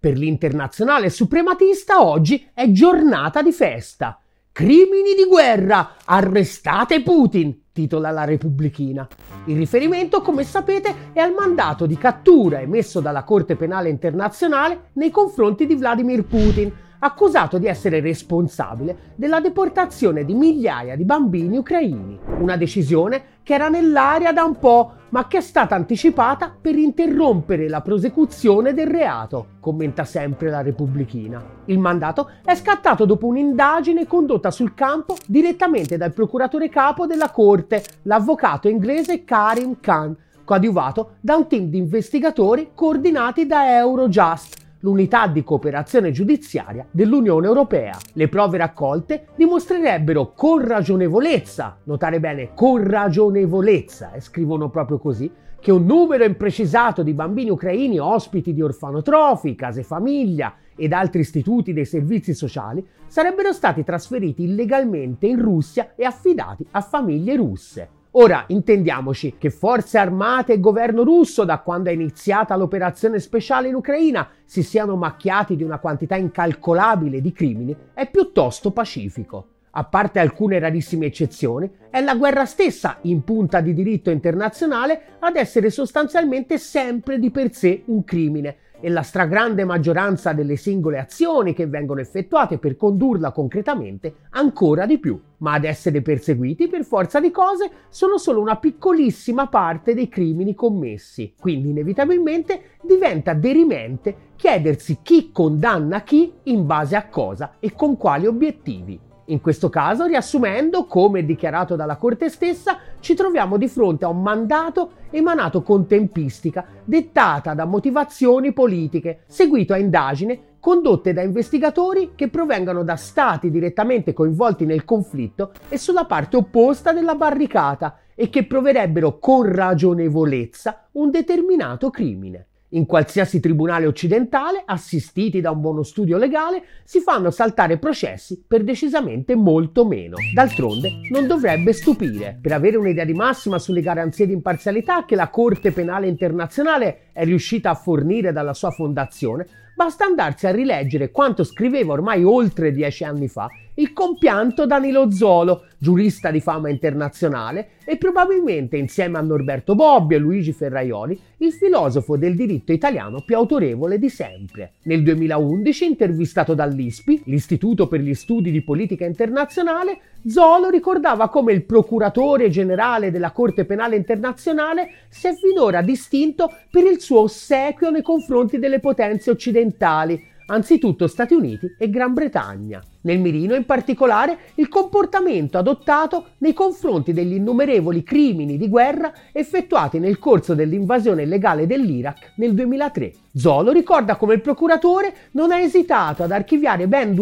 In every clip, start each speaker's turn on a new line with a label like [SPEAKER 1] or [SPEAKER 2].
[SPEAKER 1] Per l'internazionale suprematista oggi è giornata di festa. Crimini di guerra, arrestate Putin, titola la Repubblichina. Il riferimento, come sapete, è al mandato di cattura emesso dalla Corte Penale Internazionale nei confronti di Vladimir Putin, accusato di essere responsabile della deportazione di migliaia di bambini ucraini. Una decisione che era nell'aria da un po', ma che è stata anticipata per interrompere la prosecuzione del reato, commenta sempre la Repubblichina. Il mandato è scattato dopo un'indagine condotta sul campo direttamente dal procuratore capo della Corte, l'avvocato inglese Karim Khan, coadiuvato da un team di investigatori coordinati da Eurojust, l'unità di cooperazione giudiziaria dell'Unione Europea. Le prove raccolte dimostrerebbero con ragionevolezza, notare bene, con ragionevolezza, scrivono proprio così, che un numero imprecisato di bambini ucraini ospiti di orfanotrofi, case famiglia ed altri istituti dei servizi sociali sarebbero stati trasferiti illegalmente in Russia e affidati a famiglie russe. Ora, intendiamoci che forze armate e governo russo, da quando è iniziata l'operazione speciale in Ucraina, si siano macchiati di una quantità incalcolabile di crimini, è piuttosto pacifico. A parte alcune rarissime eccezioni, è la guerra stessa, in punta di diritto internazionale, ad essere sostanzialmente sempre di per sé un crimine, e la stragrande maggioranza delle singole azioni che vengono effettuate per condurla concretamente ancora di più. Ma ad essere perseguiti per forza di cose sono solo una piccolissima parte dei crimini commessi, quindi inevitabilmente diventa derimente chiedersi chi condanna chi in base a cosa e con quali obiettivi. In questo caso, riassumendo, come dichiarato dalla Corte stessa, ci troviamo di fronte a un mandato emanato con tempistica, dettata da motivazioni politiche, seguito a indagini condotte da investigatori che provengono da stati direttamente coinvolti nel conflitto e sulla parte opposta della barricata e che proverebbero con ragionevolezza un determinato crimine. In qualsiasi tribunale occidentale, assistiti da un buono studio legale, si fanno saltare processi per decisamente molto meno. D'altronde, non dovrebbe stupire. Per avere un'idea di massima sulle garanzie di imparzialità che la Corte Penale Internazionale è riuscita a fornire dalla sua fondazione, basta andarsi a rileggere quanto scriveva ormai oltre 10 anni fa il compianto Danilo Zolo, giurista di fama internazionale e probabilmente insieme a Norberto Bobbio e Luigi Ferraioli il filosofo del diritto italiano più autorevole di sempre. Nel 2011, intervistato dall'ISPI, l'Istituto per gli Studi di Politica Internazionale, Zolo ricordava come il procuratore generale della Corte Penale Internazionale si è finora distinto per il suo ossequio nei confronti delle potenze occidentali, anzitutto Stati Uniti e Gran Bretagna. Nel mirino, in particolare, il comportamento adottato nei confronti degli innumerevoli crimini di guerra effettuati nel corso dell'invasione illegale dell'Iraq nel 2003. Zolo ricorda come il procuratore non ha esitato ad archiviare ben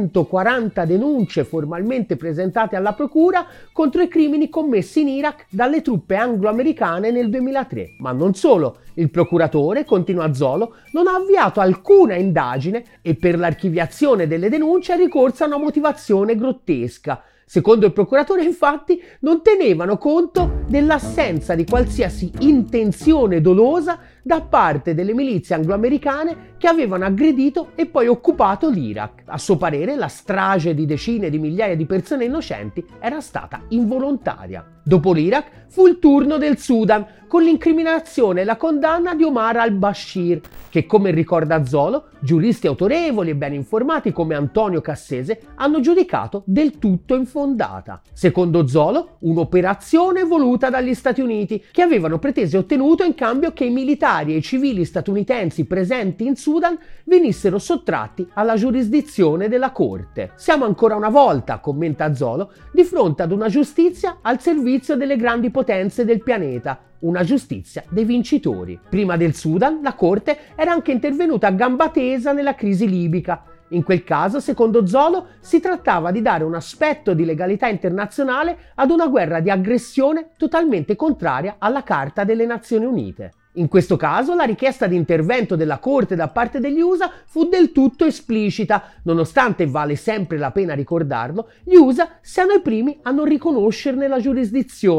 [SPEAKER 1] 240 denunce formalmente presentate alla procura contro i crimini commessi in Iraq dalle truppe anglo-americane nel 2003. Ma non solo, il procuratore, continua Zolo, non ha avviato alcuna indagine e per l'archiviazione delle denunce ha ricorso a una motivazione grottesca. Secondo il procuratore, infatti, non tenevano conto dell'assenza di qualsiasi intenzione dolosa da parte delle milizie angloamericane che avevano aggredito e poi occupato l'Iraq. A suo parere, la strage di decine di migliaia di persone innocenti era stata involontaria. Dopo l'Iraq fu il turno del Sudan, con l'incriminazione e la condanna di Omar al-Bashir, che, come ricorda Zolo, giuristi autorevoli e ben informati come Antonio Cassese hanno giudicato del tutto infondata. Secondo Zolo, un'operazione voluta dagli Stati Uniti, che avevano preteso e ottenuto in cambio che i militari e i civili statunitensi presenti in Sudan venissero sottratti alla giurisdizione della Corte. Siamo ancora una volta, commenta Zolo, di fronte ad una giustizia al servizio delle grandi potenze del pianeta, una giustizia dei vincitori. Prima del Sudan, la Corte era anche intervenuta a gamba tesa nella crisi libica. In quel caso, secondo Zolo, si trattava di dare un aspetto di legalità internazionale ad una guerra di aggressione totalmente contraria alla Carta delle Nazioni Unite. In questo caso la richiesta di intervento della Corte da parte degli USA fu del tutto esplicita, nonostante, vale sempre la pena ricordarlo, gli USA siano i primi a non riconoscerne la giurisdizione,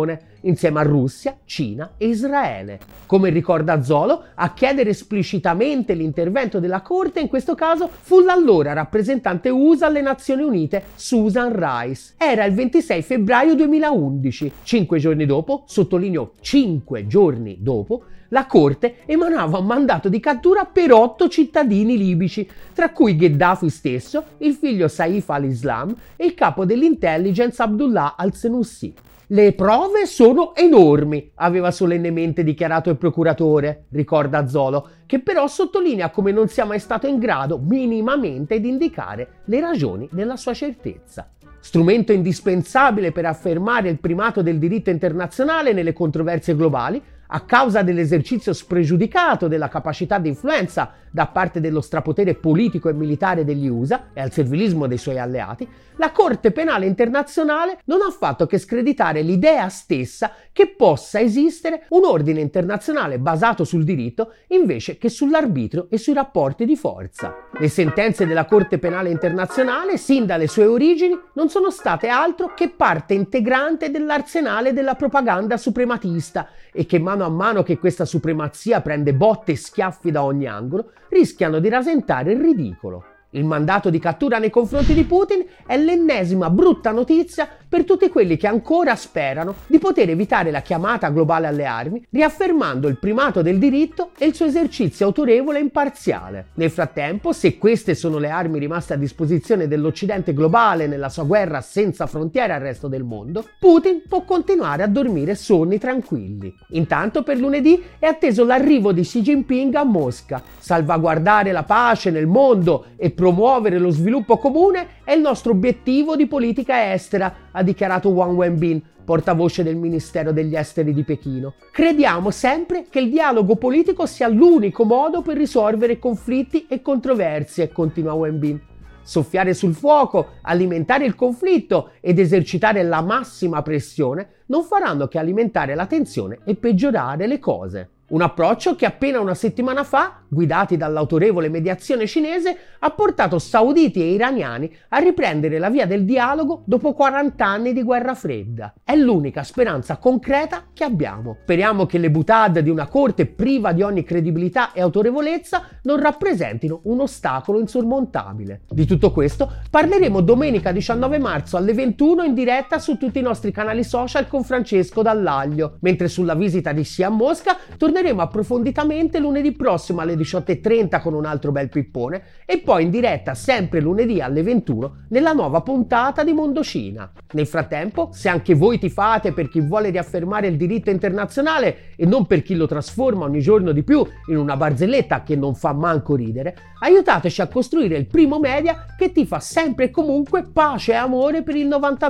[SPEAKER 1] insieme a Russia, Cina e Israele. Come ricorda Zolo, a chiedere esplicitamente l'intervento della Corte in questo caso fu l'allora rappresentante USA alle Nazioni Unite Susan Rice. Era il 26 febbraio 2011. 5 giorni dopo, sottolineo 5 giorni dopo, la Corte emanava un mandato di cattura per 8 cittadini libici, tra cui Gheddafi stesso, il figlio Saif al-Islam e il capo dell'intelligence Abdullah al-Senussi. Le prove sono enormi, aveva solennemente dichiarato il procuratore, ricorda Zolo, che però sottolinea come non sia mai stato in grado minimamente di indicare le ragioni della sua certezza. Strumento indispensabile per affermare il primato del diritto internazionale nelle controversie globali, a causa dell'esercizio spregiudicato della capacità di influenza da parte dello strapotere politico e militare degli USA e al servilismo dei suoi alleati, la Corte Penale Internazionale non ha fatto che screditare l'idea stessa che possa esistere un ordine internazionale basato sul diritto invece che sull'arbitrio e sui rapporti di forza. Le sentenze della Corte Penale Internazionale, sin dalle sue origini, non sono state altro che parte integrante dell'arsenale della propaganda suprematista e che mano a mano che questa supremazia prende botte e schiaffi da ogni angolo, rischiano di rasentare il ridicolo. Il mandato di cattura nei confronti di Putin è l'ennesima brutta notizia per tutti quelli che ancora sperano di poter evitare la chiamata globale alle armi, riaffermando il primato del diritto e il suo esercizio autorevole e imparziale. Nel frattempo, se queste sono le armi rimaste a disposizione dell'Occidente globale nella sua guerra senza frontiere al resto del mondo, Putin può continuare a dormire sonni tranquilli. Intanto per lunedì è atteso l'arrivo di Xi Jinping a Mosca. Salvaguardare la pace nel mondo e promuovere lo sviluppo comune è il nostro obiettivo di politica estera, ha dichiarato Wang Wenbin, portavoce del Ministero degli Esteri di Pechino. Crediamo sempre che il dialogo politico sia l'unico modo per risolvere conflitti e controversie, continua Wenbin. Soffiare sul fuoco, alimentare il conflitto ed esercitare la massima pressione non faranno che alimentare la tensione e peggiorare le cose. Un approccio che appena una settimana fa, guidati dall'autorevole mediazione cinese, ha portato sauditi e iraniani a riprendere la via del dialogo dopo 40 anni di guerra fredda. È l'unica speranza concreta che abbiamo. Speriamo che le boutade di una corte priva di ogni credibilità e autorevolezza non rappresentino un ostacolo insormontabile. Di tutto questo parleremo domenica 19 marzo alle 21 in diretta su tutti i nostri canali social con Francesco Dallaglio, mentre sulla visita di Xi a Mosca torneremo approfonditamente lunedì prossimo alle 18:30 con un altro bel pippone e poi in diretta sempre lunedì alle 21 nella nuova puntata di Mondocina. Nel frattempo, se anche voi tifate per chi vuole riaffermare il diritto internazionale e non per chi lo trasforma ogni giorno di più in una barzelletta che non fa manco ridere, aiutateci a costruire il primo media che tifa sempre e comunque pace e amore per il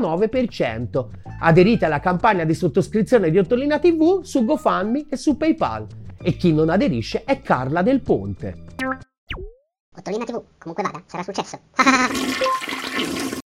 [SPEAKER 1] 99%. Aderite alla campagna di sottoscrizione di Ottolina TV su GoFundMe e su PayPal. E chi non aderisce è Carla Del Ponte.
[SPEAKER 2] Ottolina TV, comunque vada, sarà successo.